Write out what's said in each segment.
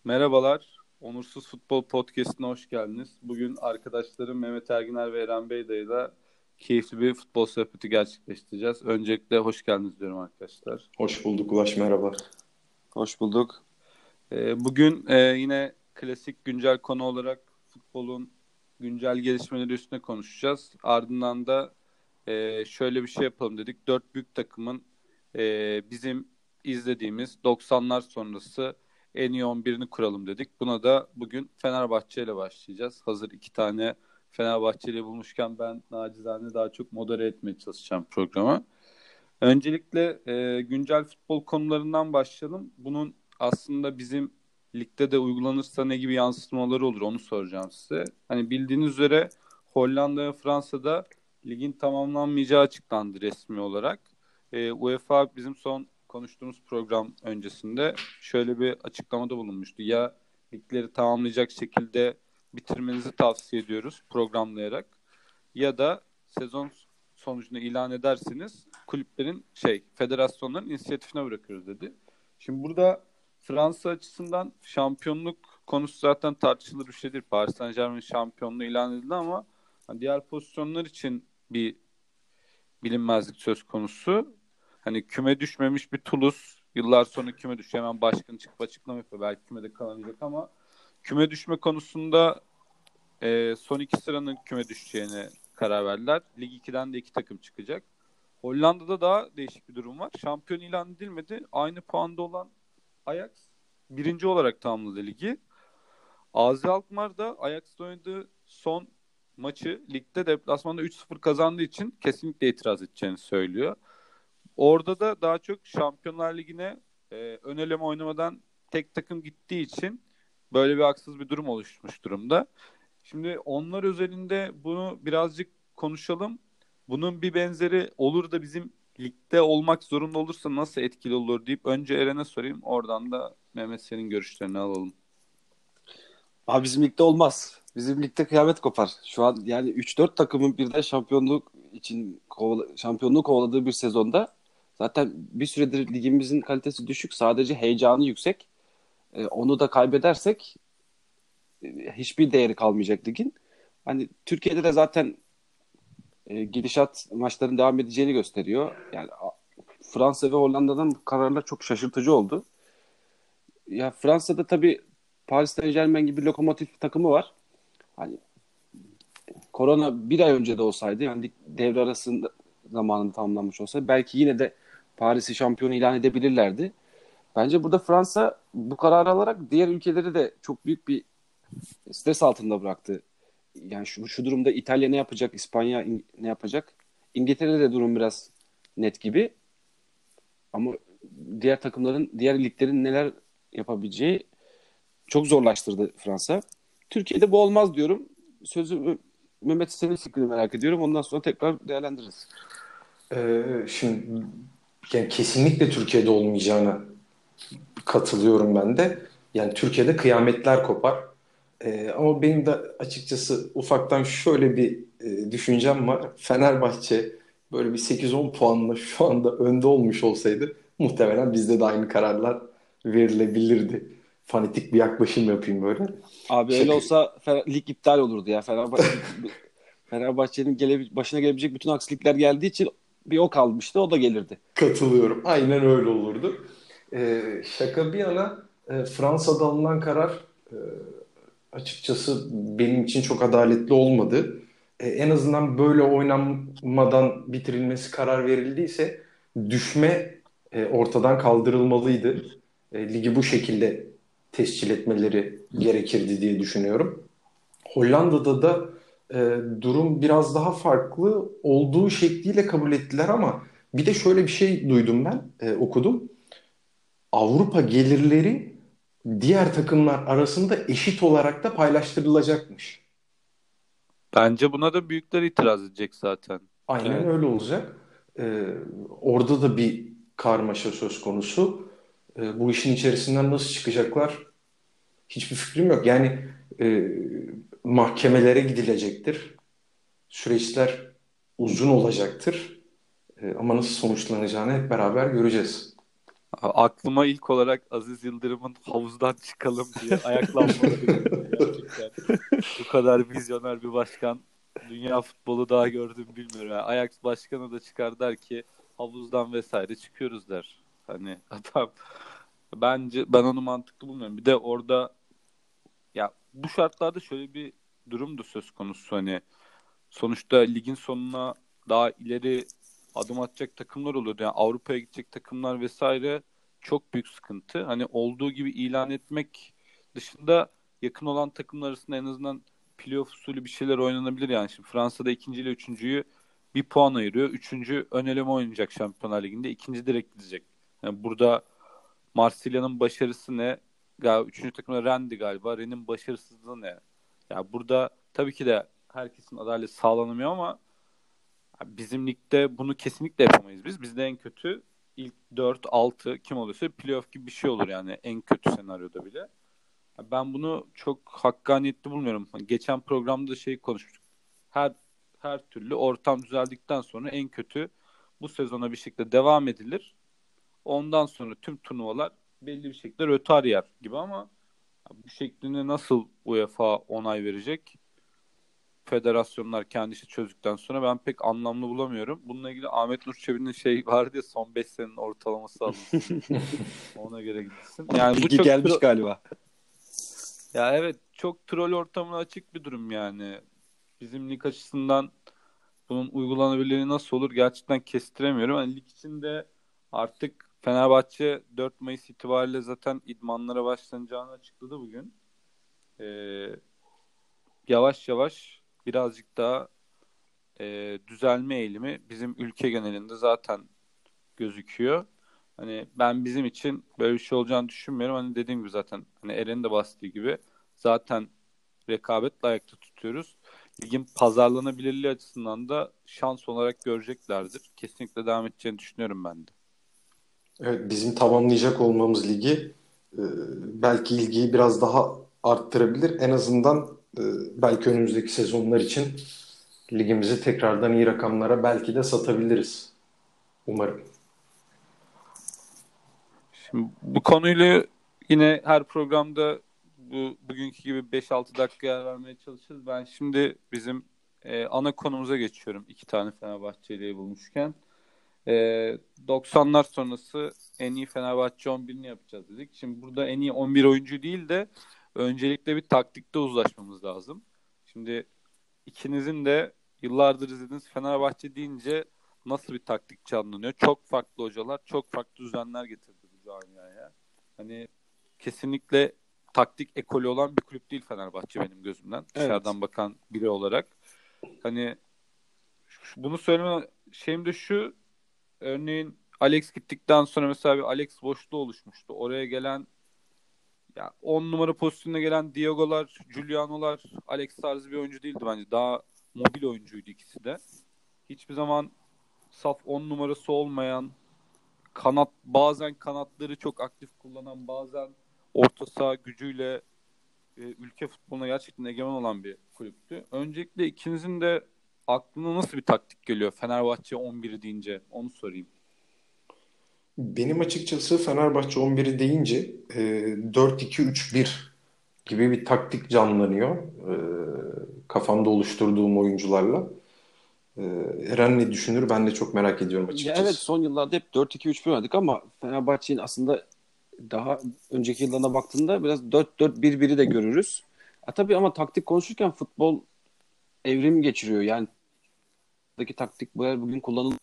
Merhabalar, Onursuz Futbol Podcast'ine hoş geldiniz. Bugün arkadaşlarım Mehmet Erginer ve Eren Beyda'yla keyifli bir futbol sohbeti gerçekleştireceğiz. Öncelikle hoş geldiniz diyorum arkadaşlar. Hoş bulduk Ulaş, merhaba. Hoş bulduk. Bugün yine klasik güncel konu olarak futbolun güncel gelişmeleri üstüne konuşacağız. Ardından da şöyle bir şey yapalım dedik. Dört büyük takımın bizim izlediğimiz 90'lar sonrası en iyi 11'ini kuralım dedik. Buna da bugün Fenerbahçe ile başlayacağız. Hazır iki tane Fenerbahçeli bulmuşken ben nacizane daha çok modere etmeye çalışacağım programı. Öncelikle güncel futbol konularından başlayalım. Bunun aslında bizim ligde de uygulanırsa ne gibi yansıtmaları olur onu soracağım size. Hani bildiğiniz üzere Hollanda ve Fransa'da ligin tamamlanmayacağı açıklandı resmi olarak. UEFA bizim son konuştuğumuz program öncesinde şöyle bir açıklamada bulunmuştu. Ya ligleri tamamlayacak şekilde bitirmenizi tavsiye ediyoruz programlayarak ya da sezon sonucunu ilan ederseniz kulüplerin federasyonların inisiyatifine bırakıyoruz dedi. Şimdi burada Fransa açısından şampiyonluk konusu zaten tartışılır bir şeydir. Paris Saint-Germain şampiyonluğu ilan edildi ama diğer pozisyonlar için bir bilinmezlik söz konusu. Hani küme düşmemiş bir Toulouse yıllar sonra küme düşüyor. Hemen başkan çıkıp açıklama yapıyor. Belki kümede kalamayacak ama küme düşme konusunda son iki sıranın küme düşeceğine karar verdiler. Lig 2'den de iki takım çıkacak. Hollanda'da daha değişik bir durum var. Şampiyon ilan edilmedi. Aynı puanda olan Ajax birinci olarak tamamladı ligi. AZ Alkmaar da Ajax'ta oynadığı son maçı ligde deplasmanda 3-0 kazandığı için kesinlikle itiraz edeceğini söylüyor. Orada da daha çok Şampiyonlar Ligi'ne ön eleme oynamadan tek takım gittiği için böyle bir haksız bir durum oluşmuş durumda. Şimdi onlar özelinde bunu birazcık konuşalım. Bunun bir benzeri olur da bizim ligde olmak zorunda olursa nasıl etkili olur deyip önce Eren'e sorayım. Oradan da Mehmet senin görüşlerini alalım. Abi bizim ligde olmaz. Bizim ligde kıyamet kopar. Şu an yani 3-4 takımın birden şampiyonluğu kovaladığı bir sezonda zaten bir süredir ligimizin kalitesi düşük. Sadece heyecanı yüksek. Onu da kaybedersek hiçbir değeri kalmayacak ligin. Hani Türkiye'de de zaten gidişat maçların devam edeceğini gösteriyor. Yani Fransa ve Hollanda'dan bu kararlar çok şaşırtıcı oldu. Ya Fransa'da tabii Paris Saint-Germain gibi lokomotif takımı var. Hani korona bir ay önce de olsaydı yani devre arasında zamanında tamamlanmış olsa belki yine de Paris'i şampiyon ilan edebilirlerdi. Bence burada Fransa bu kararı alarak diğer ülkeleri de çok büyük bir stres altında bıraktı. Yani şu durumda İtalya ne yapacak, İspanya ne yapacak? İngiltere'de de durum biraz net gibi. Ama diğer takımların, diğer liglerin neler yapabileceği çok zorlaştırdı Fransa. Türkiye'de bu olmaz diyorum. Sözü Mehmet senin fikrini merak ediyorum. Ondan sonra tekrar değerlendiririz. Şimdi yani kesinlikle Türkiye'de olmayacağına katılıyorum ben de. Yani Türkiye'de kıyametler kopar. Ama benim de açıkçası ufaktan şöyle bir düşüncem var. Fenerbahçe böyle bir 8-10 puanla şu anda önde olmuş olsaydı muhtemelen bizde de aynı kararlar verilebilirdi. Fanatik bir yaklaşım yapayım böyle. Abi öyle Şaka, olsa lig iptal olurdu ya. Fenerbahçe'nin başına gelebilecek bütün aksilikler geldiği için bir o kalmıştı. O da gelirdi. katılıyorum. Aynen öyle olurdu. Şaka bir yana Fransa'da alınan karar e, açıkçası benim için çok adaletli olmadı. En azından böyle oynanmadan bitirilmesi karar verildiyse düşme ortadan kaldırılmalıydı. Ligi bu şekilde tescil etmeleri gerekirdi diye düşünüyorum. Hollanda'da da durum biraz daha farklı olduğu şekliyle kabul ettiler ama bir de şöyle bir şey duydum ben, okudum. Avrupa gelirleri diğer takımlar arasında eşit olarak da paylaştırılacakmış. Bence buna da büyükler itiraz edecek zaten. Aynen Evet. öyle olacak. Orada da bir karmaşa söz konusu. Bu işin içerisinden nasıl çıkacaklar? Hiçbir fikrim yok. Yani e, mahkemelere gidilecektir. Süreçler uzun olacaktır. Ama nasıl sonuçlanacağını hep beraber göreceğiz. Aklıma ilk olarak Aziz Yıldırım'ın havuzdan çıkalım diye ayaklanmaları geliyor gerçekten. Bu kadar vizyoner bir başkan dünya futbolu daha gördüm bilmiyorum. Yani Ajax başkanı da çıkar der ki havuzdan vesaire çıkıyoruz der. Hani adam bence ben onu mantıklı bulmuyorum. Bir de orada ya bu şartlarda şöyle bir durum da söz konusu. Hani sonuçta ligin sonuna daha ileri adım atacak takımlar oluyordu. Yani Avrupa'ya gidecek takımlar vesaire çok büyük sıkıntı. Hani olduğu gibi ilan etmek dışında yakın olan takımlar arasında en azından playoff usulü bir şeyler oynanabilir yani. Şimdi Fransa'da ikinci ile üçüncüyü bir puan ayırıyor. Üçüncü ön eleme oynayacak Şampiyonlar Ligi'nde. İkinci direkt gidecek. Yani burada Marsilya'nın başarısı ne? Galiba üçüncü takımda Rennes'di galiba. Rennes'in başarısızlığı ne? Ya burada tabii ki de herkesin adaleti sağlanamıyor ama bizim ligde bunu kesinlikle yapamayız biz. Bizde en kötü ilk 4-6 kim olursa playoff gibi bir şey olur yani en kötü senaryoda bile. Ben bunu çok hakkaniyetli bulmuyorum. Hani geçen programda da şey konuşmuştuk. Her her türlü ortam düzeldikten sonra en kötü bu sezona bir şekilde devam edilir. Ondan sonra tüm turnuvalar belli bir şekilde rötar yer gibi ama bu şeklinde nasıl UEFA onay verecek? Federasyonlar kendi işi çözdükten sonra ben pek anlamlı bulamıyorum. Bununla ilgili Ahmet Nur Çebi'nin şey vardı ya son 5 senenin ortalaması alınsın. Ona göre gitsin. Yani bu Bilgi çok gelmiş galiba. ya evet çok troll ortamına açık bir durum yani. Bizim lig açısından bunun uygulanabilirliği nasıl olur gerçekten kestiremiyorum. Yani lig içinde artık Fenerbahçe 4 Mayıs itibariyle zaten idmanlara başlanacağını açıkladı bugün. Ee, Yavaş yavaş birazcık daha düzelme eğilimi bizim ülke genelinde zaten gözüküyor. Hani ben bizim için böyle bir şey olacağını düşünmüyorum. Hani dediğim gibi zaten hani Eren'in de bahsettiği gibi zaten rekabetle ayakta tutuyoruz. Ligin pazarlanabilirliği açısından da şans olarak göreceklerdir. Kesinlikle devam edeceğini düşünüyorum ben de. Evet, bizim tamamlayacak olmamız ligi belki ilgiyi biraz daha arttırabilir. En azından belki önümüzdeki sezonlar için ligimizi tekrardan iyi rakamlara belki de satabiliriz. Umarım. Şimdi bu konuyla yine her programda bugünkü gibi 5-6 dakika yer vermeye çalışırız. Ben şimdi bizim ana konumuza geçiyorum. İki tane Fenerbahçeli'yi bulmuşken. 90'lar sonrası en iyi Fenerbahçe 11'ini yapacağız dedik. Şimdi burada en iyi 11 oyuncu değil de öncelikle bir taktikte uzlaşmamız lazım. Şimdi ikinizin de yıllardır izlediğiniz Fenerbahçe deyince nasıl bir taktik canlanıyor? Çok farklı hocalar, çok farklı düzenler getirdi bu camiaya. Hani kesinlikle taktik ekolü olan bir kulüp değil Fenerbahçe benim gözümden. Evet. Dışarıdan bakan biri olarak. Hani bunu söyleme şeyim de şu. Örneğin Alex gittikten sonra mesela bir Alex boşluğu oluşmuştu. Oraya gelen ya 10 numara pozisyonuna gelen Diego'lar, Giuliano'lar Alex tarzı bir oyuncu değildi bence. Daha mobil oyuncuydu ikisi de. Hiçbir zaman saf 10 numarası olmayan, bazen kanatları çok aktif kullanan, bazen orta saha gücüyle ülke futboluna gerçekten egemen olan bir kulüptü. Öncelikle ikinizin de aklına nasıl bir taktik geliyor Fenerbahçe 11'i deyince onu sorayım. Benim açıkçası Fenerbahçe 11'i deyince 4-2-3-1 gibi bir taktik canlanıyor. Kafamda oluşturduğum oyuncularla. E, Eren ne düşünür? Ben de çok merak ediyorum Ya evet, açıkçası. son yıllarda hep 4-2-3-1 oynadık ama Fenerbahçe'nin aslında daha önceki yıllarına baktığında biraz 4-4-1-1'i de görürüz. Tabii ama taktik konuşurken futbol evrim geçiriyor. Yani buradaki taktik bugün kullanılan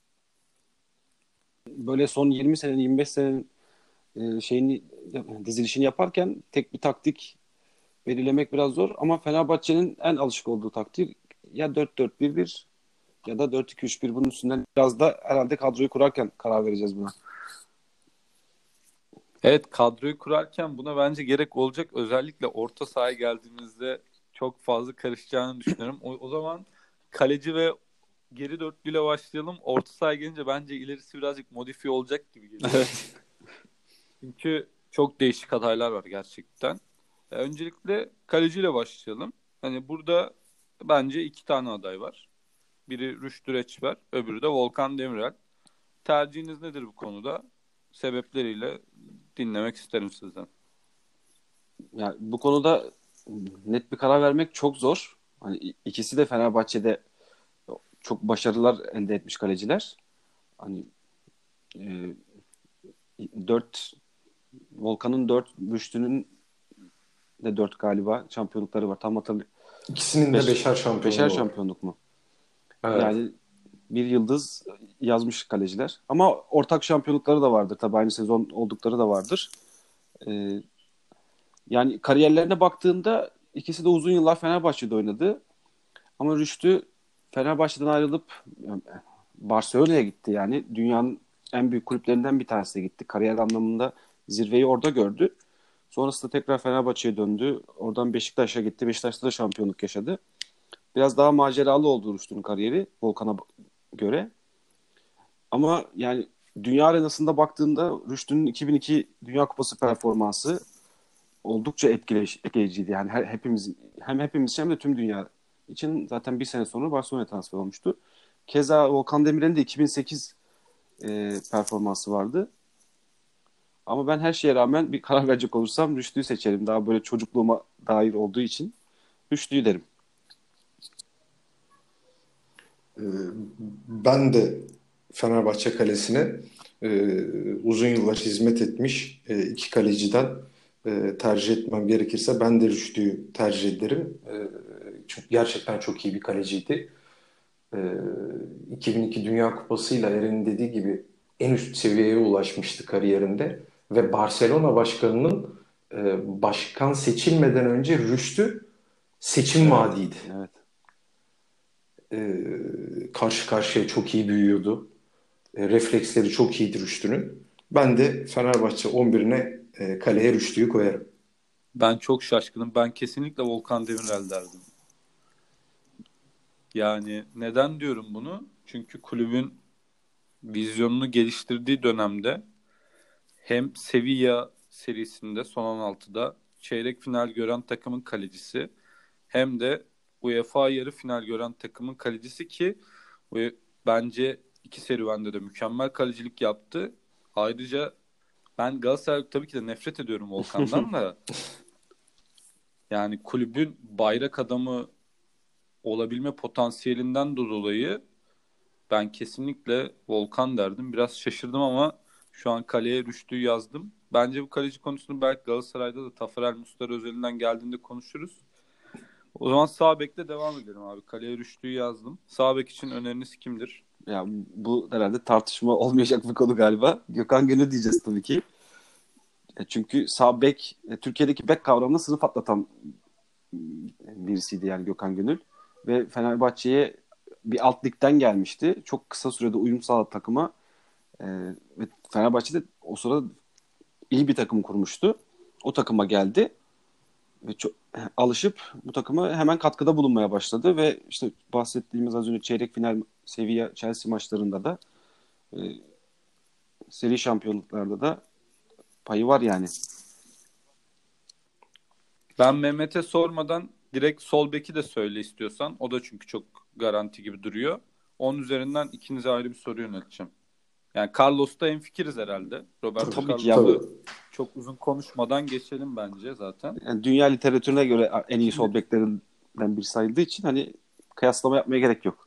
böyle son 20 senenin 25 senenin şeyini dizilişini yaparken tek bir taktik belirlemek biraz zor ama Fenerbahçe'nin en alışık olduğu taktik ya 4-4-1-1 ya da 4-2-3-1. Bunun üstünden biraz da herhalde kadroyu kurarken karar vereceğiz buna. Evet kadroyu kurarken buna bence gerek olacak. Özellikle orta sahaya geldiğimizde çok fazla karışacağını düşünüyorum. O zaman kaleci ve geri dörtlüyle başlayalım. Orta sahaya gelince bence ilerisi birazcık modifiye olacak gibi geliyor. Evet. Çünkü çok değişik adaylar var gerçekten. Öncelikle kaleciyle başlayalım. Hani burada bence iki tane aday var. Biri Rüştü Reçber, öbürü de Volkan Demirel. Tercihiniz nedir bu konuda? sebepleriyle dinlemek isterim sizden. Yani bu konuda net bir karar vermek çok zor. Hani ikisi de Fenerbahçe'de çok başarılar elde etmiş kaleciler. Hani e, 4 Volkan'ın 4, Rüştü'nün de 4 galiba şampiyonlukları var. Tam hatırlıyorum. İkisinin de beşer şampiyonluğu Beşer var. şampiyonluk mu? Evet. Yani bir yıldız yazmış kaleciler. Ama ortak şampiyonlukları da vardır. Tabii aynı sezon oldukları da vardır. Ee, Yani kariyerlerine baktığında ikisi de uzun yıllar Fenerbahçe'de oynadı. Ama Rüştü Fenerbahçe'den ayrılıp Barcelona'ya gitti yani. Dünyanın en büyük kulüplerinden bir tanesine gitti. Kariyer anlamında zirveyi orada gördü. Sonrasında tekrar Fenerbahçe'ye döndü. Oradan Beşiktaş'a gitti. Beşiktaş'ta da şampiyonluk yaşadı. Biraz daha maceralı oldu Rüştü'nün kariyeri Volkan'a göre. Ama yani dünya arenasında baktığında Rüştü'nün 2002 Dünya Kupası performansı oldukça etkileyiciydi. Yani hepimiz için hem de tüm dünya için zaten bir sene sonra Barcelona'ya transfer olmuştu. Keza Volkan Demirel'in de 2008 performansı vardı. Ama ben her şeye rağmen bir karar verecek olursam Rüştü'yü seçerim. Daha böyle çocukluğuma dair olduğu için Rüştü'yü derim. Ben de Fenerbahçe kalesine uzun yıllar hizmet etmiş iki kaleciden tercih etmem gerekirse ben de Rüştü'yü tercih ederim. Çünkü gerçekten çok iyi bir kaleciydi. 2002 Dünya Kupası'yla Eren'in dediği gibi en üst seviyeye ulaşmıştı kariyerinde ve Barcelona başkanının başkan seçilmeden önce Rüştü seçim vaadiydi. Evet. Karşı karşıya çok iyi büyüyordu. Refleksleri çok iyiydi Rüştü'nün. Ben de Fenerbahçe 11'ine kaleye Rüştü'yü koyarım. Ben çok şaşkınım. Ben kesinlikle Volkan Demirel derdim. Yani neden diyorum bunu? Çünkü kulübün vizyonunu geliştirdiği dönemde hem Sevilla serisinde son 16'da çeyrek final gören takımın kalecisi hem de UEFA yarı final gören takımın kalecisi ki bence iki serüvende de mükemmel kalecilik yaptı. Ayrıca ben Galatasaray tabii ki de nefret ediyorum Volkan'dan da yani kulübün bayrak adamı olabilme potansiyelinden dolayı ben kesinlikle Volkan derdim. Biraz şaşırdım ama şu an kaleye Rüştü'yü yazdım. Bence bu kaleci konusunu belki Galatasaray'da da Taferel Muslera özelinden geldiğinde konuşuruz. O zaman sağ bekle devam edelim abi. Kaleye Rüştü'yü yazdım. Sağ bek için öneriniz kimdir? Ya bu herhalde tartışma olmayacak bir konu galiba. Gökhan Gönül diyeceğiz tabii ki. Çünkü sağ bek Türkiye'deki bek kavramını sınıf atlatan birisiydi yani Gökhan Gönül. Ve Fenerbahçe'ye bir alt ligden gelmişti. Çok kısa sürede uyum sağladı takıma. Ve Fenerbahçe'de o sırada iyi bir takım kurmuştu. O takıma geldi. Ve çok alışıp bu takıma hemen katkıda bulunmaya başladı. Ve işte bahsettiğimiz az önce çeyrek final Sevilla Chelsea maçlarında da e, seri şampiyonluklarda da payı var yani. Ben Mehmet'e sormadan direkt sol beki de söyle istiyorsan. O da çünkü çok garanti gibi duruyor. Onun üzerinden ikinize ayrı bir soru yönelteceğim. Yani Carlos'ta hemfikiriz herhalde. Roberto Tabii ki ya Carlos'u bu çok uzun konuşmadan geçelim bence zaten. yani dünya literatürüne göre en iyi sol beklerinden biri sayıldığı için hani kıyaslama yapmaya gerek yok.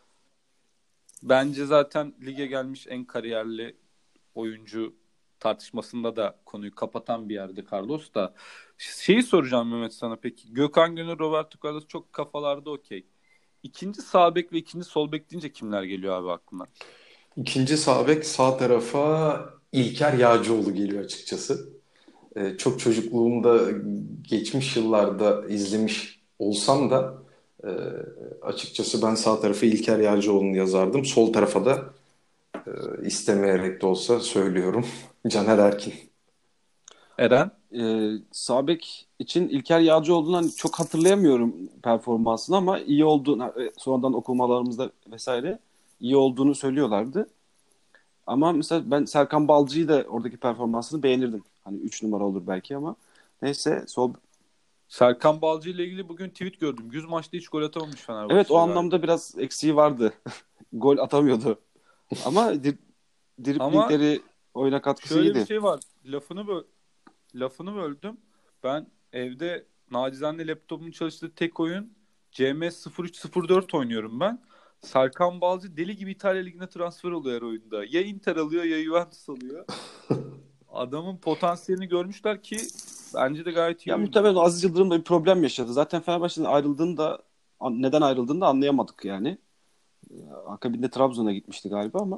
Bence zaten lige gelmiş en kariyerli oyuncu tartışmasında da konuyu kapatan bir yerde Carlos da. Şeyi soracağım Mehmet sana peki. Gökhan Gönül, Roberto Carlos çok kafalarda okey. İkinci sağ bek ve ikinci sol bek deyince kimler geliyor abi aklına? İkinci sağ bek sağ tarafa İlker Yağcıoğlu geliyor açıkçası. Çok çocukluğumda geçmiş yıllarda izlemiş olsam da e, açıkçası ben sağ tarafa İlker Yağcıoğlu'nu yazardım. Sol tarafa da istemeyerek de olsa söylüyorum Caner Erkin. Eren? Sağ bek için İlker Yağcıoğlu'nu hani çok hatırlayamıyorum performansını ama iyi olduğunu sonradan okumalarımızda vesaire iyi olduğunu söylüyorlardı. Ama mesela ben Serkan Balcı'yı da oradaki performansını beğenirdim. Hani 3 numara olur belki ama neyse Serkan Balcı ile ilgili bugün tweet gördüm. 100 maçta hiç gol atamamış evet o Fenerbahçe'de anlamda galiba. biraz eksiği vardı. Gol atamıyordu. Ama Ama driplingleri oyuna katkısı Şöyle bir iyiydi. şey var. Lafını böldüm. Ben evde nacizane laptopumun çalıştığı tek oyun CM0304 oynuyorum ben. Serkan Balcı deli gibi İtalya Ligi'ne transfer oluyor her oyunda. Ya Inter alıyor ya Juventus alıyor. Adamın potansiyelini görmüşler ki bence de gayet iyi Ya oyuncu. muhtemelen Aziz Yıldırım da bir problem yaşadı. Zaten Fenerbahçe'den ayrıldığında neden ayrıldığını da anlayamadık yani. Akabinde Trabzon'a gitmişti galiba ama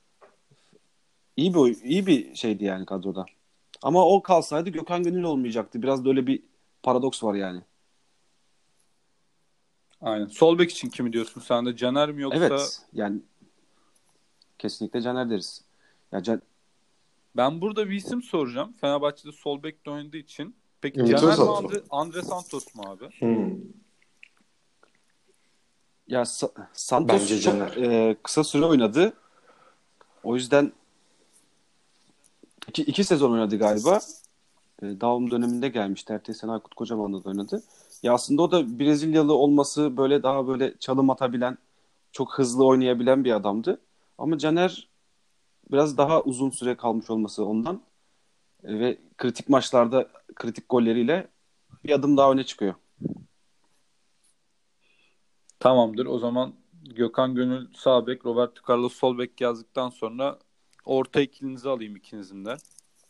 iyi bir şeydi yani kadroda. Ama o kalsaydı Gökhan Gönül olmayacaktı. Biraz da öyle bir paradoks var yani. Aynen. Sol bek için kimi diyorsun sen de? Caner mi yoksa? Evet yani kesinlikle Caner deriz. Ya Can, Ben burada bir isim soracağım. Fenerbahçe'de sol bekte oynadığı için. Peki Ümit Caner mi Özat mı? Andre Santos mu abi? ya Santos Bence çok Caner. kısa süre oynadı. O yüzden iki sezon oynadı galiba. Daum döneminde gelmişti. Ertesi sene Aykut Kocaman'la da oynadı. Ya aslında o da Brezilyalı olması böyle daha böyle çalım atabilen, çok hızlı oynayabilen bir adamdı. Ama Caner biraz daha uzun süre kalmış olması ondan ve kritik maçlarda kritik golleriyle bir adım daha öne çıkıyor. Tamamdır. O zaman Gökhan Gönül sağ bek, Roberto Carlos sol bek yazdıktan sonra orta ikilinizi alayım ikinizin de.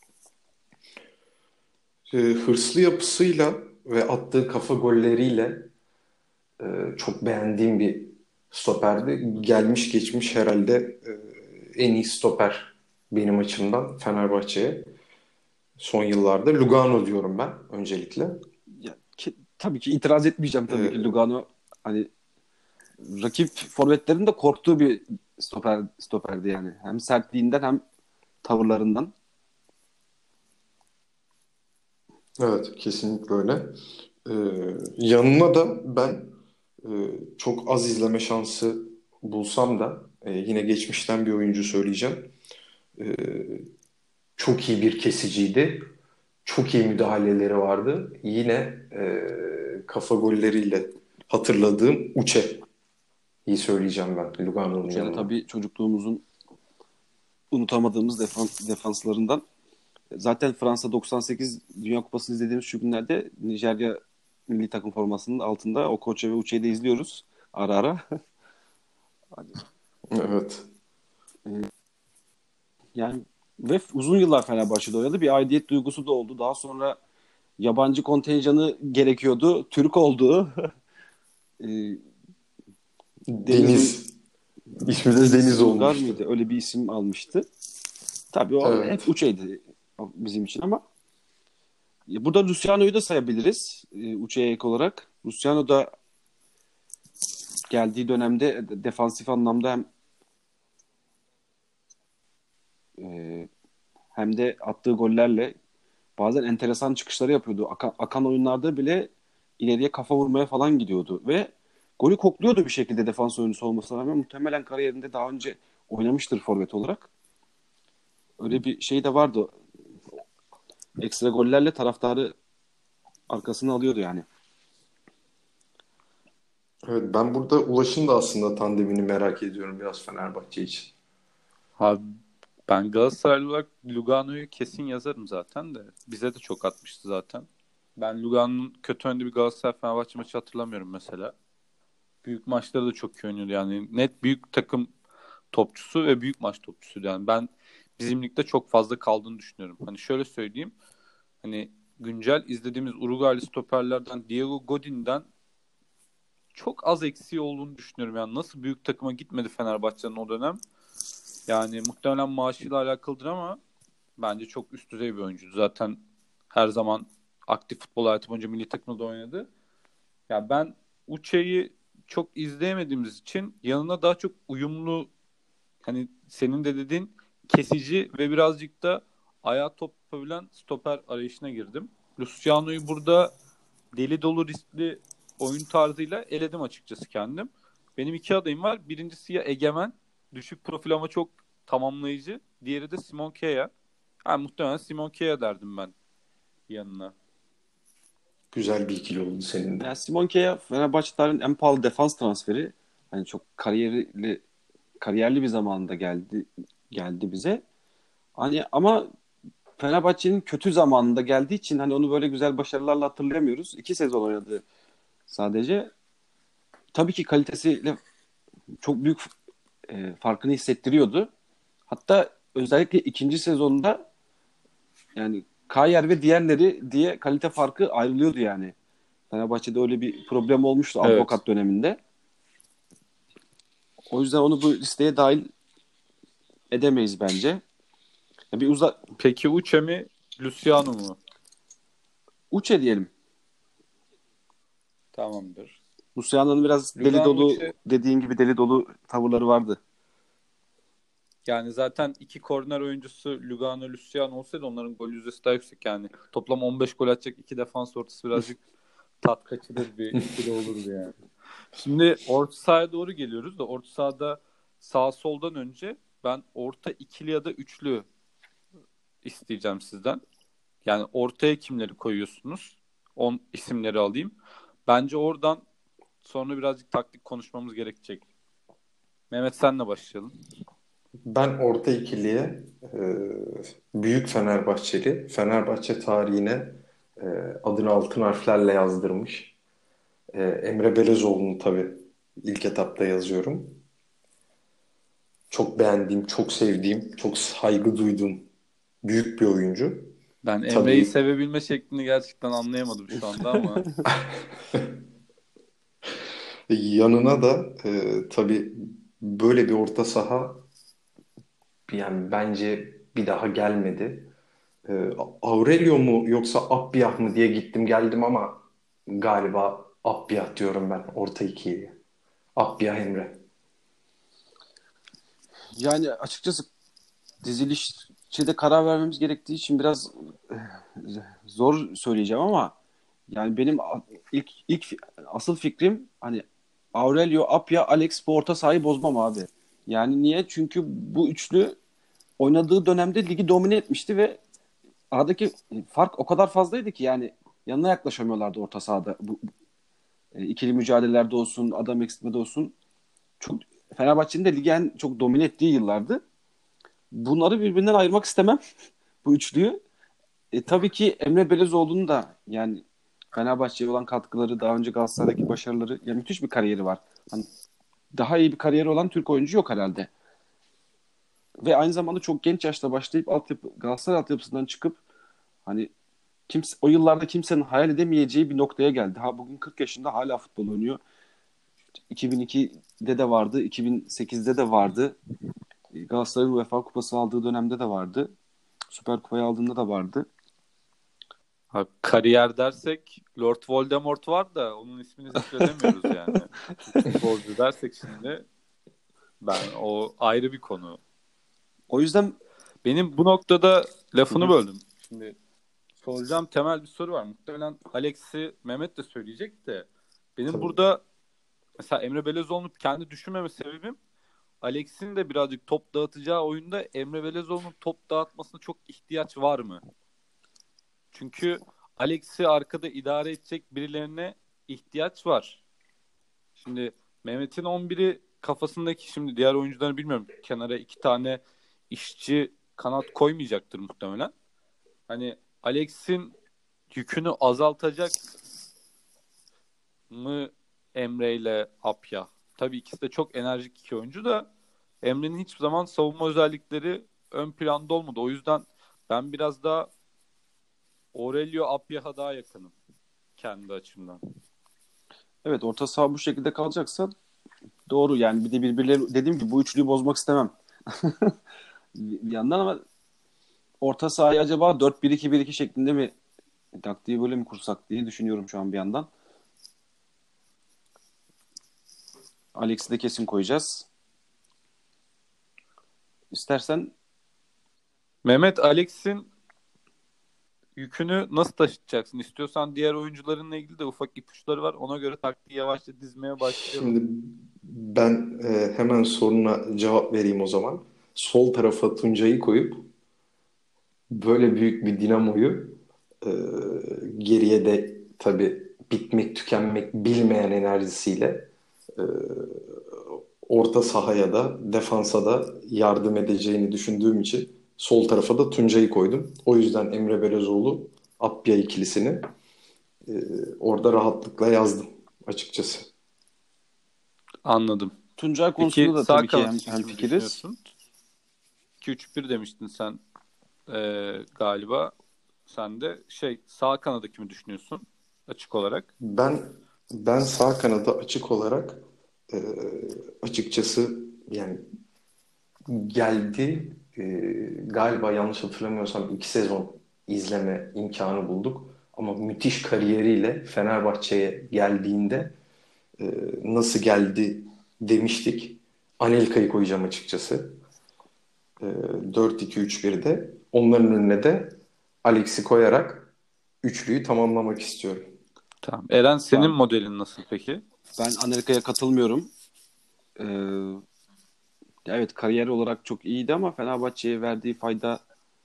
Hırslı yapısıyla ve attığı kafa golleriyle çok beğendiğim bir stoperdi. Gelmiş geçmiş herhalde en iyi stoper benim açımdan Fenerbahçe'ye. Son yıllarda Lugano diyorum ben öncelikle. Tabii ki itiraz etmeyeceğim tabii ki Ee, Lugano hani rakip forvetlerin de korktuğu bir stoperdi yani. Hem sertliğinden hem tavırlarından. evet, kesinlikle öyle. Yanına da ben e, çok az izleme şansı bulsam da yine geçmişten bir oyuncu söyleyeceğim. E, Çok iyi bir kesiciydi. Çok iyi müdahaleleri vardı. Yine kafa golleriyle hatırladığım iyi söyleyeceğim ben Lugano'nun Uçer'de yanına. tabii çocukluğumuzun unutamadığımız defanslarından. Zaten Fransa 98 Dünya Kupası'nı izlediğimiz şu günlerde Nijerya milli takım formasının altında o Koç'a ve Uçe'yi de izliyoruz ara ara. Evet. Yani ve uzun yıllar Fenerbahçe'de oynadı. Bir aidiyet duygusu da oldu. Daha sonra yabancı kontenjanı gerekiyordu. Türk oldu. Ee, Deniz Deniz. İsmi de Deniz Deniz Uygar olmuştu. mıydı? Öyle bir isim almıştı. Tabii o hep Evet. Uçe'ydi bizim için ama burada Luciano'yu da sayabiliriz Uçe'ye ek olarak. Luciano da geldiği dönemde defansif anlamda e, hem de attığı gollerle bazen enteresan çıkışları yapıyordu. Akan oyunlarda bile ileriye kafa vurmaya falan gidiyordu ve golü kokluyordu bir şekilde defans oyuncusu olmasına rağmen. Muhtemelen kariyerinde daha önce oynamıştır forvet olarak. Öyle bir şey de vardı. Ekstra gollerle taraftarı arkasına alıyordu yani. Evet, ben burada Ulaş'ın da aslında tandemini merak ediyorum biraz Fenerbahçe için. Abi ben Galatasaraylı olarak Lugano'yu kesin yazarım zaten de. Bize de çok atmıştı zaten. Ben Lugano'nun kötü oynadığı bir Galatasaray Fenerbahçe maçı hatırlamıyorum mesela. Büyük maçları da çok iyi oynuyordu yani. Net büyük takım topçusu ve büyük maç topçusuydu yani. Ben bizim ligde çok fazla kaldığını düşünüyorum. Hani şöyle söyleyeyim. Hani güncel izlediğimiz Uruguaylı stoperlerden Diego Godin'den çok az eksiği olduğunu düşünüyorum. Yani nasıl büyük takıma gitmedi Fenerbahçe'nin o dönem. Yani muhtemelen maaşıyla alakalıdır ama bence çok üst düzey bir oyuncu. Zaten her zaman aktif futbol hayatı boyunca milli takımda da oynadı. Ya ben Uçe'yi çok izleyemediğimiz için yanına daha çok uyumlu, hani senin de dediğin kesici ve birazcık da ayağa top yapabilen stoper arayışına girdim. Luciano'yu burada deli dolu riskli oyun tarzıyla eledim açıkçası kendim. Benim iki adayım var. Birincisi ya Egemen. Düşük profil ama çok tamamlayıcı. Diğeri de Simon Kea. Yani muhtemelen Simon Kea derdim ben yanına. Güzel bir ikili oldu senin de. Yani Simon Kjær Fenerbahçe tarihinin en pahalı defans transferi. Hani çok kariyerli bir zamanında geldi bize. Hani ama Fenerbahçe'nin kötü zamanında geldiği için hani onu böyle güzel başarılarla hatırlayamıyoruz. 2 sezon oynadı sadece. Tabii ki kalitesiyle çok büyük farkını hissettiriyordu. Hatta özellikle ikinci sezonda yani Kayer ve diğerleri diye kalite farkı ayrılıyordu yani. Fenerbahçe'de öyle bir problem olmuştu Evet. Abubakat döneminde. O yüzden onu bu listeye dahil edemeyiz bence. Ya bir Peki Uche mi, Luciano mu? Uçe diyelim. Tamamdır. Luciano'nun biraz deli Lugano dolu, Uche, dediğin gibi deli dolu tavırları vardı. yani zaten iki korner oyuncusu Lugano, Luciano olsaydı onların gol yüzdesi daha yüksek yani. Toplam 15 gol atacak iki defans ortası birazcık tat kaçırır bir ikili olurdu yani. Şimdi orta sahaya doğru geliyoruz da orta sahada sağ soldan önce ben orta ikili ya da üçlü isteyeceğim sizden. Yani ortaya kimleri koyuyorsunuz? 10 isimleri alayım. Bence oradan sonra birazcık taktik konuşmamız gerekecek. Mehmet senle başlayalım. Ben orta ikiliye büyük Fenerbahçeli, Fenerbahçe tarihine e, adını altın harflerle yazdırmış. Emre Belezoğlu'nu tabii ilk etapta yazıyorum. Çok beğendiğim, çok sevdiğim, çok saygı duyduğum büyük bir oyuncu. Ben Emre'yi Tabii sevebilme şeklini gerçekten anlayamadım şu anda ama yanına da tabii böyle bir orta saha yani bence bir daha gelmedi. Aurelio mu yoksa Appiah mı diye gittim geldim ama galiba Appiah diyorum ben orta ikiyi. Appiah Emre. Yani açıkçası dizilişçe karar vermemiz gerektiği için biraz zor söyleyeceğim ama yani benim ilk asıl fikrim hani Aurelio, Apia, Alex bu orta sahayı bozmam abi. Yani niye? Çünkü bu üçlü oynadığı dönemde ligi domine etmişti ve aradaki fark o kadar fazlaydı ki yani yanına yaklaşamıyorlardı orta sahada. Bu ikili mücadelelerde olsun, adam eksiltmede olsun. Çok Fenerbahçe'nin de ligi en çok domine ettiği yıllardı. Bunları birbirinden ayırmak istemem bu üçlüyü. Tabii ki Emre Belezoğlu'nun da yani Fenerbahçe'ye olan katkıları, daha önce Galatasaray'daki başarıları, ya müthiş bir kariyeri var. Hani daha iyi bir kariyeri olan Türk oyuncu yok herhalde. Ve aynı zamanda çok genç yaşta başlayıp Galatasaray altyapısından çıkıp hani kimse, o yıllarda kimsenin hayal edemeyeceği bir noktaya geldi. Ha bugün 40 yaşında hala futbol oynuyor. 2002'de de vardı, 2008'de de vardı. Galatasaray'ın UEFA Kupası aldığı dönemde de vardı. Süper Kupayı aldığında da vardı. ha, kariyer dersek Lord Voldemort var da onun ismini zikredemiyoruz yani. Futbolcu dersek şimdi ben o ayrı bir konu. O yüzden Benim bu noktada hı lafını hı, böldüm. Şimdi soracağım temel bir soru var. Muhtemelen Alex'i Mehmet de söyleyecek de benim Tabii. burada mesela Emre Belezoğlu'nu kendi düşünmeme sebebim Alex'in de birazcık top dağıtacağı oyunda Emre Belezoğlu'nun top dağıtmasına çok ihtiyaç var mı? Çünkü Alex'i arkada idare edecek birilerine ihtiyaç var. Şimdi Mehmet'in 11'i kafasındaki şimdi diğer oyuncuları bilmiyorum. Kenara iki tane işçi kanat koymayacaktır muhtemelen. Hani Alex'in yükünü azaltacak mı Emre ile Apya? Tabii ikisi de çok enerjik iki oyuncu da Emre'nin hiçbir zaman savunma özellikleri ön planda olmadı. O yüzden ben biraz daha Aurelio Apya'ya daha yakınım kendi açımdan. evet orta saha bu şekilde kalacaksa doğru yani bir de birbirleri dediğim gibi bu üçlüyü bozmak istemem bir yandan ama orta sahayı acaba 4-1-2-1-2 şeklinde mi taktiği böyle mi kursak diye düşünüyorum şu an bir yandan. Alex'i de kesin koyacağız. İstersen Mehmet Alex'in yükünü nasıl taşıtacaksın? İstiyorsan diğer oyuncularınla ilgili de ufak ipuçları var. Ona göre taktiği yavaşça dizmeye başlayalım. Şimdi ben hemen soruna cevap vereyim o zaman. Sol tarafa Tuncay'ı koyup böyle büyük bir dinamoyu e, geriye de tabii bitmek tükenmek bilmeyen enerjisiyle e, orta sahaya da defansa da yardım edeceğini düşündüğüm için Sol tarafa da Tuncay'ı koydum. O yüzden Emre Belözoğlu, Appiah ikilisini e, orada rahatlıkla yazdım açıkçası. Anladım. Tuncay Peki konusunda da sağ tabii ki kanat için kimi hemfikiriz. düşünüyorsun? 2-3-1 demiştin sen galiba. Sen de sağ kanada kimi düşünüyorsun açık olarak? Ben ben sağ kanada açık olarak e, açıkçası yani geldi. Galiba yanlış hatırlamıyorsam 2 sezon izleme imkanı bulduk. Ama müthiş kariyeriyle Fenerbahçe'ye geldiğinde nasıl geldi demiştik. Anelka'yı koyacağım açıkçası. 4-2-3-1'de. Onların önüne de Alex'i koyarak üçlüyü tamamlamak istiyorum. Tamam. Eren senin Ben modelin nasıl peki? ben Amerika'ya katılmıyorum. Ee, evet, kariyer olarak çok iyiydi ama Fenerbahçe'ye verdiği fayda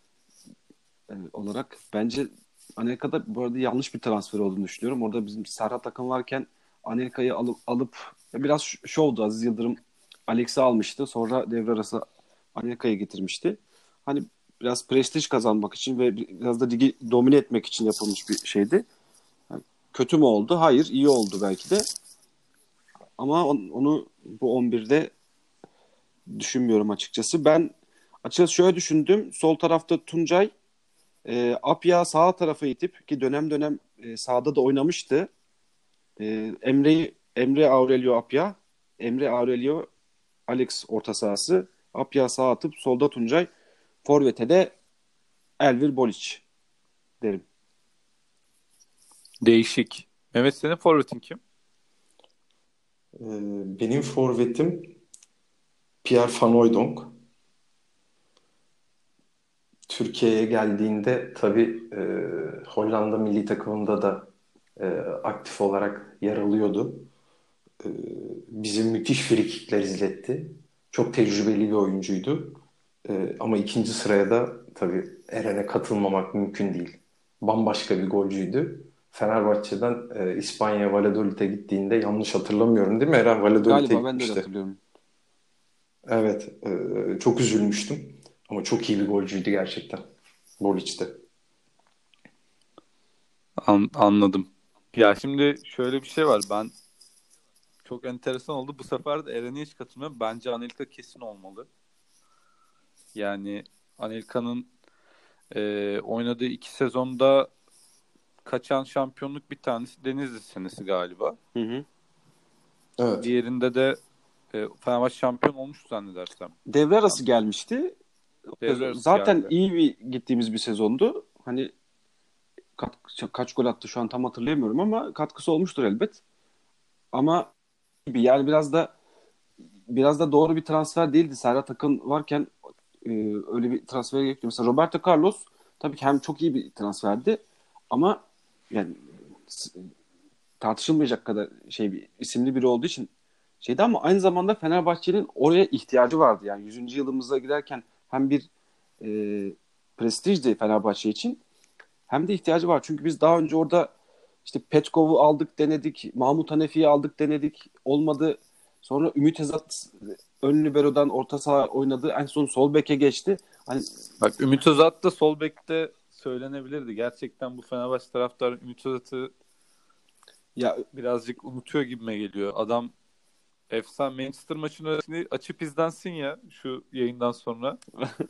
olarak bence Amerika'da bu arada yanlış bir transfer olduğunu düşünüyorum. Orada bizim Serhat Akın varken Amerika'yı alıp biraz şovdu. Aziz Yıldırım Alex'i almıştı. Sonra devre arası Amerika'ya getirmişti. Hani biraz prestij kazanmak için ve biraz da ligi domine etmek için yapılmış bir şeydi. Yani kötü mü oldu? Hayır, iyi oldu belki de. Ama onu bu 11'de düşünmüyorum açıkçası. Ben açıkçası şöyle düşündüm. Sol tarafta Tuncay, Apya sağ tarafa itip ki dönem dönem sağda da oynamıştı. Emre Aurelio Apya, Emre Aurelio Alex orta sahası, Apya sağ atıp solda Tuncay, forvete de Elvir Boliç derim. Değişik. Mehmet senin forvetin kim? Benim forvetim Pierre Van Hooijdonk. Türkiye'ye geldiğinde tabii Hollanda milli takımında da aktif olarak yer alıyordu. E, Bize müthiş frikikler izletti. Çok tecrübeli bir oyuncuydu. Ama ikinci sıraya da tabii Eren'e katılmamak mümkün değil. Bambaşka bir golcüydü. Fenerbahçe'den İspanya Valladolid'e gittiğinde yanlış hatırlamıyorum değil mi? Eren Valladolid'e Galiba ben de öyle gitmişti. hatırlıyorum. Evet, çok üzülmüştüm. Ama çok iyi bir golcüydü gerçekten. Bolic'te. Anladım. Ya şimdi şöyle bir şey var. Ben çok enteresan oldu. Bu sefer de Eren'e hiç katılmıyorum. Bence Anelka kesin olmalı. Yani Anelka'nın oynadığı 2 sezonda kaçan şampiyonluk bir tanesi Denizli senesi galiba. Hı hı. Evet. Diğerinde de Fenerbahçe şampiyon olmuş zannedersem. Devre arası Yanlış. gelmişti. Devre arası Zaten geldi. iyi bir gittiğimiz bir sezondu. Hani kaç gol attı şu an tam hatırlayamıyorum ama katkısı olmuştur elbet. Ama yani biraz da doğru bir transfer değildi. Serhat Akın varken öyle bir transfere gerek yok. Mesela Roberto Carlos tabii ki hem çok iyi bir transferdi ama yani tartışılmayacak kadar bir isimli biri olduğu için şeydi ama aynı zamanda Fenerbahçe'nin oraya ihtiyacı vardı. Yani 100. yılımıza giderken hem bir e, prestijdi Fenerbahçe için hem de ihtiyacı var. Çünkü biz daha önce orada işte Petkov'u aldık denedik, Mahmut Hanefi'yi aldık denedik, olmadı. Sonra Ümit Özat ön libero'dan orta saha oynadı. En son sol beke geçti. Hani Bak Ümit Özat da sol bekte söylenebilirdi. Gerçekten bu Fenerbahçe taraftarı Ümit Özat'ı ya birazcık unutuyor gibime geliyor. Adam efsane Manchester maçını açıp izlensin ya şu yayından sonra.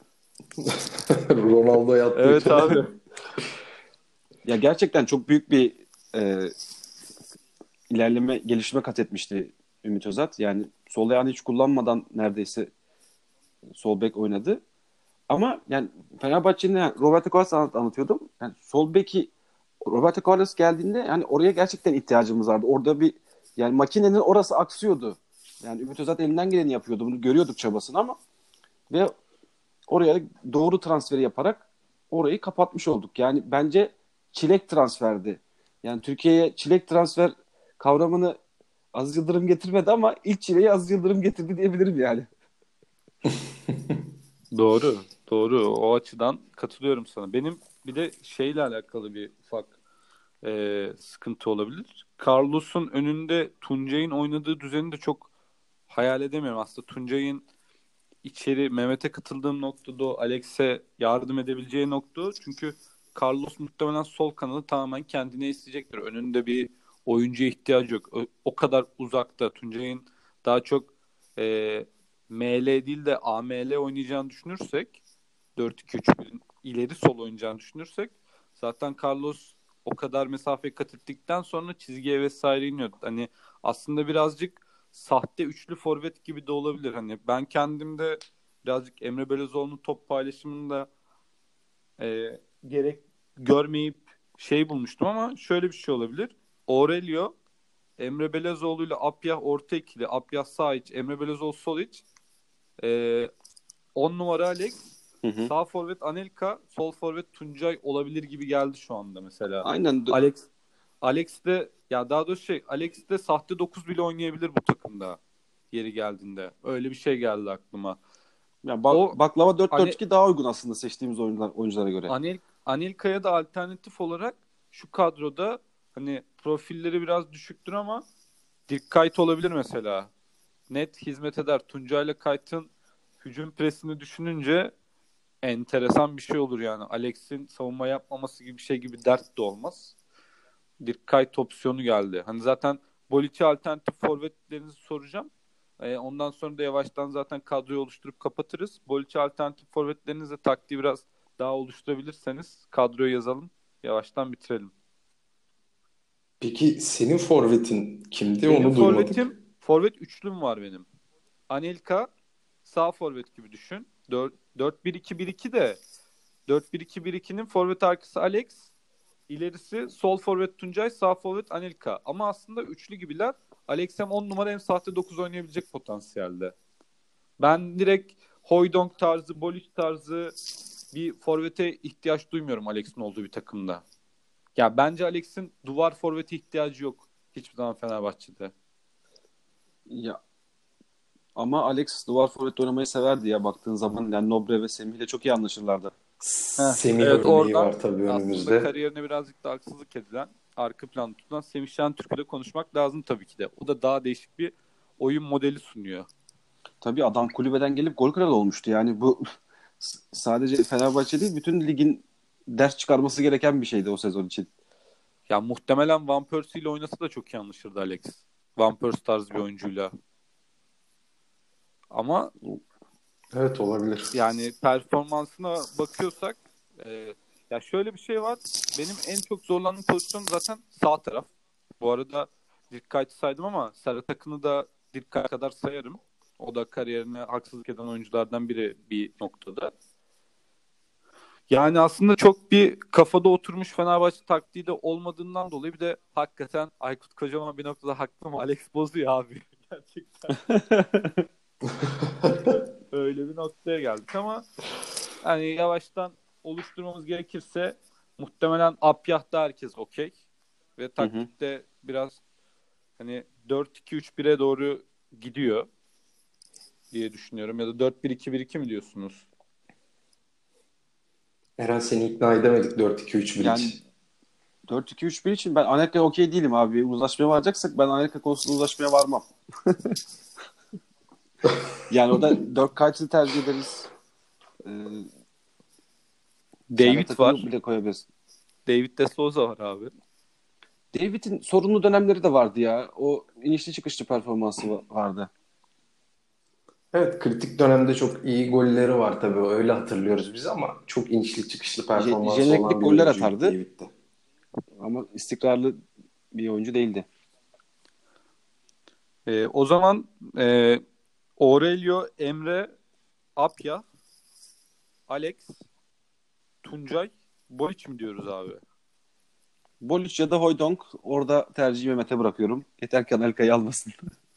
Ronaldo Evet yattıyken. abi. ya gerçekten çok büyük bir e, gelişme kat etmişti Ümit Özat. Yani sol ayağını hiç kullanmadan neredeyse sol bek oynadı. Ama yani Fenerbahçe'nin Roberto Carlos anlatıyordum. Yani sol beki Roberto Carlos geldiğinde yani oraya gerçekten ihtiyacımız vardı. Orada bir yani makinenin orası aksıyordu. Yani Ümit Özat elinden geleni yapıyordu. Bunu görüyorduk çabasını ama ve oraya doğru transferi yaparak orayı kapatmış olduk. Yani bence çilek transferdi. Yani Türkiye'ye çilek transfer kavramını Aziz Yıldırım getirmedi ama ilk çileği Aziz Yıldırım getirdi diyebilirim yani. Doğru. Doğru. O açıdan katılıyorum sana. Benim bir de şeyle alakalı bir ufak sıkıntı olabilir. Carlos'un önünde Tuncay'ın oynadığı düzeni de çok hayal edemiyorum. Aslında Tuncay'ın içeri Mehmet'e katıldığım noktada o Alex'e yardım edebileceği nokta o. Çünkü Carlos muhtemelen sol kanalı tamamen kendine isteyecektir. Önünde bir oyuncuya ihtiyacı yok. O kadar uzakta. Tuncay'ın daha çok e, ML değil de AML oynayacağını düşünürsek 4-2-3-1'in ileri sol oynayacağını düşünürsek zaten Carlos o kadar mesafe kat ettikten sonra çizgiye vesaire iniyor. Hani aslında birazcık sahte üçlü forvet gibi de olabilir. Hani ben kendimde birazcık Emre Belözoğlu'nun top paylaşımında gerek görmeyip şey bulmuştum ama şöyle bir şey olabilir. Aurelio, Emre Belözoğlu ile Apyah orta ikili, Apyah sağ iç, Emre Belözoğlu sol iç, e, 10 numara Alex, Hı hı. sağ forvet Anelka, sol forvet Tuncay olabilir gibi geldi şu anda mesela. Aynen. Alex de ya daha doğrusu Alex de sahte 9 bile oynayabilir bu takımda yeri geldiğinde. Öyle bir şey geldi aklıma. Yani O baklava Ane, 4-4-2 daha uygun aslında seçtiğimiz oyunculara göre. Anelka'ya da alternatif olarak şu kadroda hani profilleri biraz düşüktür ama Dirk Kuyt olabilir mesela. Net hizmet eder. Tuncay'la Kuyt'ın hücum presini düşününce enteresan bir şey olur yani. Alex'in savunma yapmaması gibi bir şey gibi dert de olmaz. Dirk Kuyt opsiyonu geldi. Hani zaten Bolic'i alternatif forvetlerinizi soracağım. Ondan sonra da yavaştan zaten kadroyu oluşturup kapatırız. Bolic'i alternatif forvetlerinizle taktiği biraz daha oluşturabilirseniz kadroyu yazalım. Yavaştan bitirelim. Peki senin forvetin kimdi? Benim Onu duymadık. forvet üçlüm var benim. Anelka sağ forvet gibi düşün. 4-1-2-1-2 de 4-1-2-1-2'nin forvet arkası Alex, ilerisi sol forvet Tuncay, sağ forvet Anelka. Ama aslında üçlü gibiler. Alex hem 10 numara hem sahte 9 oynayabilecek potansiyelde. Ben direkt Hoydonk tarzı, Boliç tarzı bir forvete ihtiyaç duymuyorum Alex'in olduğu bir takımda. Ya bence Alex'in duvar forvete ihtiyacı yok hiçbir zaman Fenerbahçe'de. Ya ama Alex duvar forvet oynamayı severdi ya baktığın zaman. Yani Nobre ve Semih ile çok iyi anlaşırlardı. Heh, Semih evet örneği oradan var tabii aslında önümüzde. kariyerine birazcık da haksızlık edilen, arka planda tutulan Semih Şentürk'ü de konuşmak lazım tabii ki de. O da daha değişik bir oyun modeli sunuyor. Tabii adam kulübeden gelip gol kralı olmuştu. Yani bu sadece Fenerbahçe değil bütün ligin ders çıkarması gereken bir şeydi o sezon için. Ya muhtemelen Van Persie ile oynasa da çok iyi anlaşırdı Alex. Van Persie tarzı bir oyuncuyla. Ama Evet, olabilir. yani performansına bakıyorsak ya şöyle bir şey var. Benim en çok zorlandığım pozisyon zaten sağ taraf. Bu arada Dirkkayt'ı saydım ama Serhat Akın'ı da Dirkkayt kadar sayarım. O da kariyerine haksızlık eden oyunculardan biri bir noktada. Yani aslında çok bir kafada oturmuş Fenerbahçe taktiği de olmadığından dolayı bir de hakikaten Aykut Kocaman bir noktada haklı mı? Alex bozuyor abi. Gerçekten öyle bir noktaya geldik ama hani yavaştan oluşturmamız gerekirse muhtemelen Apyah'ta herkes okey. Ve Hı hı. taktikte biraz hani 4-2-3-1'e doğru gidiyor diye düşünüyorum. Ya da 4-1-2-1-2 mi diyorsunuz? Eren, seni ikna edemedik 4-2-3-1 Yani için. 4-2-3-1 için ben Anelka'ya okey değilim abi. Uzlaşmaya varacaksak ben Anelka konusunda uzlaşmaya varmam. Yani o da 4 kartını tercih ederiz. Ee, Serhat David Akın'ı var. bile koyabiliriz. David de Souza var abi. David'in sorunlu dönemleri de vardı ya. O inişli çıkışlı performansı vardı. Evet, kritik dönemde çok iyi golleri var tabii. Öyle hatırlıyoruz biz ama çok inişli çıkışlı performansı olan Jeneriklik bir goller oyuncuydu atardı David'de. ama istikrarlı bir oyuncu değildi. O zaman Aurelio, Emre, Apya, Alex, Tuncay, Boyiç mi diyoruz abi? Boliç ya da Hoydonk orada tercihi Mehmet'e bırakıyorum. Yeter ki Anelka'yı almasın.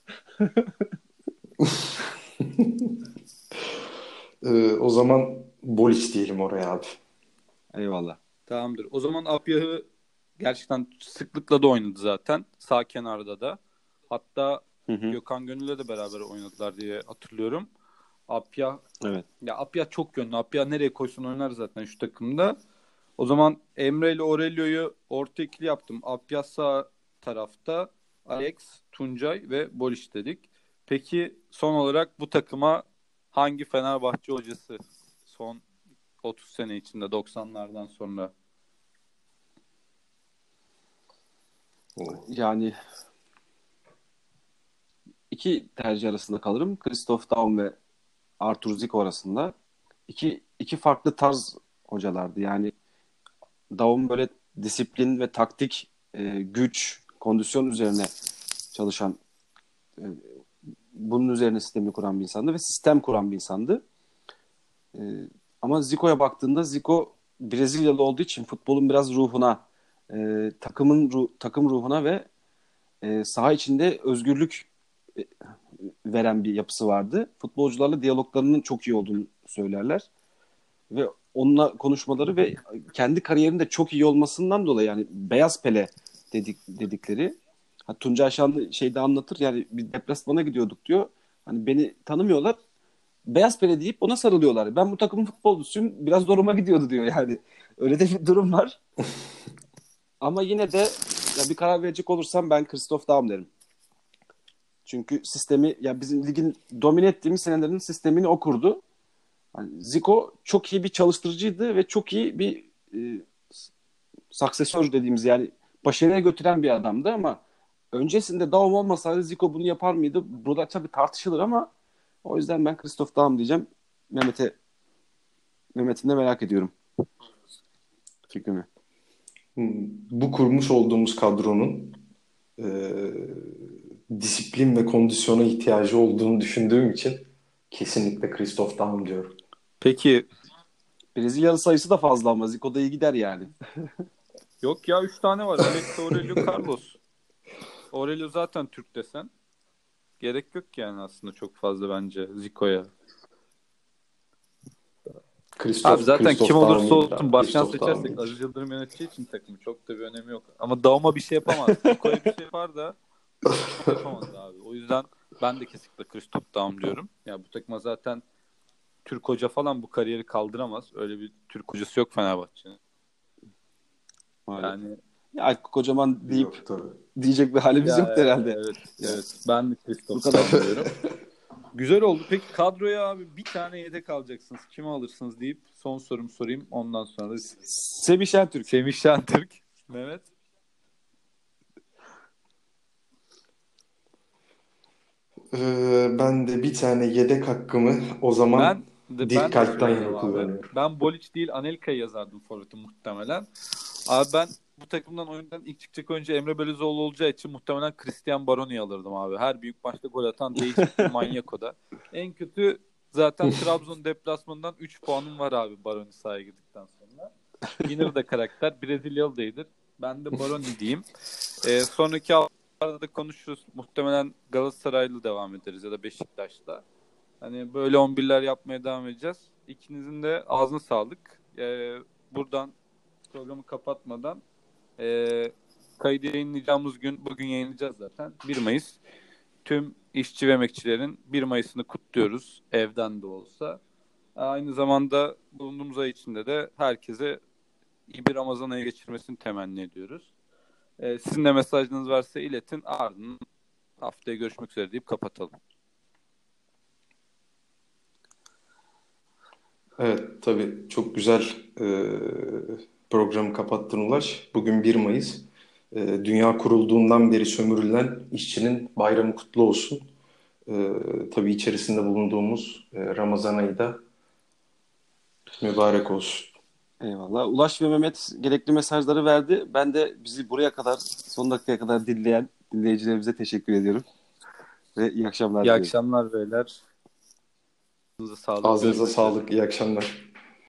O zaman Boliç diyelim oraya abi. Eyvallah. Tamamdır. O zaman Apya'yı gerçekten sıklıkla da oynadı zaten. Sağ kenarda da. Hatta Hı hı. Gökhan Gönül'le de beraber oynadılar diye hatırlıyorum. Apya Evet. ya Apya çok yönlü. Apya nereye koysun oynar zaten şu takımda. O zaman Emre ile Aurelio'yu orta ikili yaptım. Apya sağ tarafta, Alex, Tuncay ve Boliç dedik. Peki son olarak bu takıma hangi Fenerbahçe hocası son 30 sene içinde 90'lardan sonra? Yani iki tercih arasında kalırım. Christoph Daum ve Arthur Zico arasında. İki farklı tarz hocalardı. Yani Daum böyle disiplin ve taktik, güç, kondisyon üzerine çalışan, e, bunun üzerine sistemi kuran bir insandı ve sistem kuran bir insandı. E, Ama Zico'ya baktığında Zico Brezilyalı olduğu için futbolun biraz ruhuna, takım ruhuna ve saha içinde özgürlük e, veren bir yapısı vardı. Futbolcularla diyaloglarının çok iyi olduğunu söylerler. Ve onunla konuşmaları ve kendi kariyerinde çok iyi olmasından dolayı, yani Beyaz Pele dedikleri. Tuncay Şanlı şeyde anlatır, yani bir deplasmana gidiyorduk diyor. Hani beni tanımıyorlar. Beyaz Pele deyip ona sarılıyorlar. Ben bu takımın futbolcusuyum. Biraz zoruma gidiyordu diyor yani. Öyle de bir durum var. Ama yine de ya bir karar verecek olursam ben Christoph Daum derim. Çünkü sistemi, ya bizim ligin domine ettiğimiz senelerin sistemini o kurdu. Yani Zico çok iyi bir çalıştırıcıydı ve çok iyi bir suksesör dediğimiz, yani başarıya götüren bir adamdı ama öncesinde Daum olmasaydı Zico bunu yapar mıydı? Burada tabii tartışılır ama o yüzden ben Christoph Daum diyeceğim. Mehmet'in de merak ediyorum fikrimi. Bu kurmuş olduğumuz kadronun disiplin ve kondisyona ihtiyacı olduğunu düşündüğüm için kesinlikle Christoph Daum diyorum. Peki Brezilyalı sayısı da fazla ama Zico da iyi gider yani. yok ya 3 tane var. Alex, Aurelio, Carlos. Aurelio zaten Türk desen. Gerek yok yani aslında çok fazla bence Zico'ya. Abi zaten kim olursa olsun başkan seçersek Aziz Yıldırım yöneteceği için takımı çok da bir önemi yok. Ama Daum'a bir şey yapamaz. Zico'ya bir şey yapar da yapamaz abi. O yüzden ben de kesinlikle Christoph Daum diyorum. Ya bu takıma zaten Türk hoca falan bu kariyeri kaldıramaz. Öyle bir Türk hocası yok Fenerbahçe'nin. Yani ya Aykut Kocaman deyip diyecek bir halimiz yok herhalde. Evet. Ben de Christoph Daum diyorum. Güzel oldu. Peki kadroya abi bir tane yedek alacaksınız. Kimi alırsınız deyip son sorumu sorayım. Ondan sonra da Semih Şentürk. Semih Şentürk. Mehmet. Ben de bir tane yedek hakkımı o zaman Dirkalp'tan yana kullanıyorum. Ben Boliç değil Anelka'yı yazardım forveti muhtemelen. Abi ben bu takımdan oyundan ilk çıkacak önce Emre Belözoğlu olacağı için muhtemelen Christian Baroni'yi alırdım abi. Her büyük maçta gol atan değişik bir manyak o da. En kötü zaten Trabzon deplasmanından 3 puanım var abi Baroni sahaya girdikten sonra. Winner da karakter. Brezilyalı değildir. Ben de Baroni diyeyim. Sonraki haftalarda da konuşuruz. Muhtemelen Galatasaray'la devam ederiz ya da Beşiktaş'la. Hani böyle 11'ler yapmaya devam edeceğiz. İkinizin de ağzına sağlık. Buradan programı kapatmadan kaydı yayınlayacağımız gün, bugün yayınlayacağız zaten. 1 Mayıs. Tüm işçi ve emekçilerin 1 Mayıs'ını kutluyoruz. Evden de olsa. Aynı zamanda bulunduğumuz ay içinde de herkese iyi bir Ramazan ayı geçirmesini temenni ediyoruz. Sizin de mesajınız varsa iletin. Ardından haftaya görüşmek üzere deyip kapatalım. Evet, tabii çok güzel programı kapattın Ulaş. Bugün 1 Mayıs. Dünya kurulduğundan beri sömürülen işçinin bayramı kutlu olsun. Tabii içerisinde bulunduğumuz Ramazan ayı da mübarek olsun. Eyvallah. Ulaş ve Mehmet gerekli mesajları verdi. Ben de bizi buraya kadar, son dakikaya kadar dinleyen dinleyicilerimize teşekkür ediyorum. Ve iyi akşamlar diliyorum. İyi akşamlar beyler. Ağzınıza sağlık. İyi akşamlar.